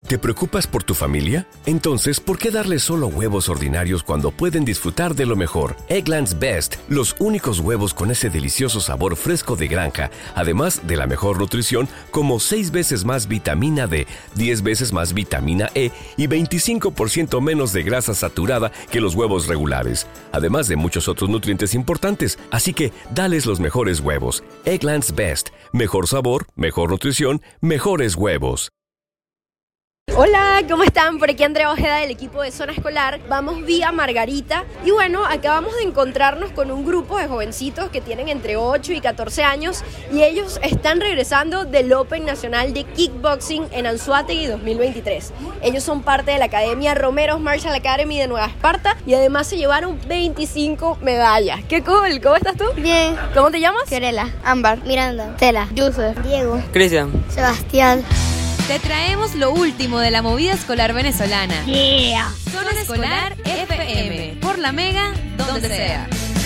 ¿Te preocupas por tu familia? Entonces, ¿por qué darles solo huevos ordinarios cuando pueden disfrutar de lo mejor? Eggland's Best, los únicos huevos con ese delicioso sabor fresco de granja, además de la mejor nutrición, como 6 veces más vitamina D, 10 veces más vitamina E y 25% menos de grasa saturada que los huevos regulares, además de muchos otros nutrientes importantes. Así que, dales los mejores huevos. Eggland's Best, mejor sabor, mejor nutrición, mejores huevos. Hola, ¿cómo están? Por aquí Andrea Ojeda del equipo de Zona Escolar. Vamos vía Margarita y bueno, acabamos de encontrarnos con un grupo de jovencitos que tienen entre 8 y 14 años y ellos están regresando del Open Nacional de Kickboxing en Anzoátegui 2023. Ellos son parte de la Academia Romero's Martial Academy de Nueva Esparta y además se llevaron 25 medallas. ¡Qué cool! ¿Cómo estás tú? Bien. ¿Cómo te llamas? Fiorella, Ámbar, Miranda, Tela, Yusef, Diego, Cristian, Sebastián. Te traemos lo último de la movida escolar venezolana. Yeah. Zona Escolar FM. Por la Mega, donde sea.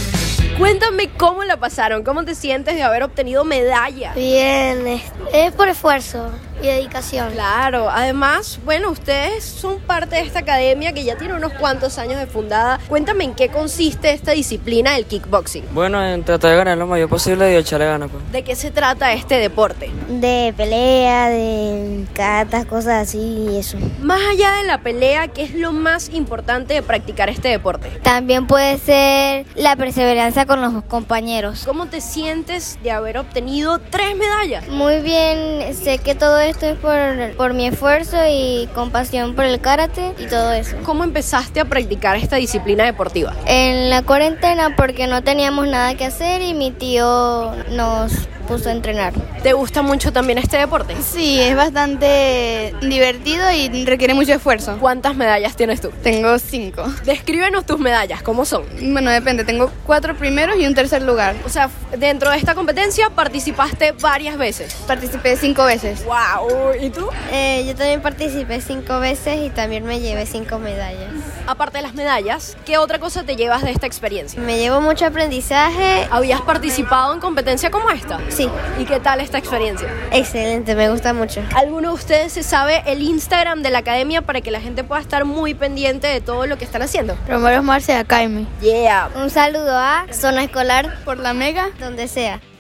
Cuéntame cómo la pasaron, cómo te sientes de haber obtenido medalla. Bien, es por esfuerzo y dedicación. Claro, además, bueno, ustedes son parte de esta academia que ya tiene unos cuantos años de fundada. Cuéntame en qué consiste esta disciplina del kickboxing. bueno, en tratar de ganar lo mayor posible y echarle ganas, pues. ¿De qué se trata este deporte? De pelea, de catas, cosas así y eso. Más allá de la pelea, ¿qué es lo más importante de practicar este deporte? También puede ser la perseverancia con los compañeros. ¿Cómo te sientes de haber obtenido 3 medallas? Muy bien, sé que todo esto es por mi esfuerzo y compasión por el karate y todo eso. ¿Cómo empezaste a practicar esta disciplina deportiva? En la cuarentena porque no teníamos nada que hacer y mi tío nos puso a entrenar. ¿Te gusta mucho también este deporte? Sí, es bastante divertido y requiere mucho esfuerzo. ¿Cuántas medallas tienes tú? Tengo 5. Descríbenos tus medallas, ¿cómo son? Bueno, depende, tengo 4 primeros y un tercer lugar. O sea, dentro de esta competencia participaste varias veces. Participé 5 veces. ¡Wow! ¿Y tú? Yo también participé 5 veces y también me llevé 5 medallas. Aparte de las medallas, ¿qué otra cosa te llevas de esta experiencia? Me llevo mucho aprendizaje. ¿Habías participado en competencia como esta? Sí, ¿Y qué tal esta experiencia? excelente, me gusta mucho. ¿Alguno de ustedes se sabe el Instagram de la academia para que la gente pueda estar muy pendiente de todo lo que están haciendo? Romero's Martial Academy. Yeah. Un saludo a Zona Escolar, Por la Mega. donde sea.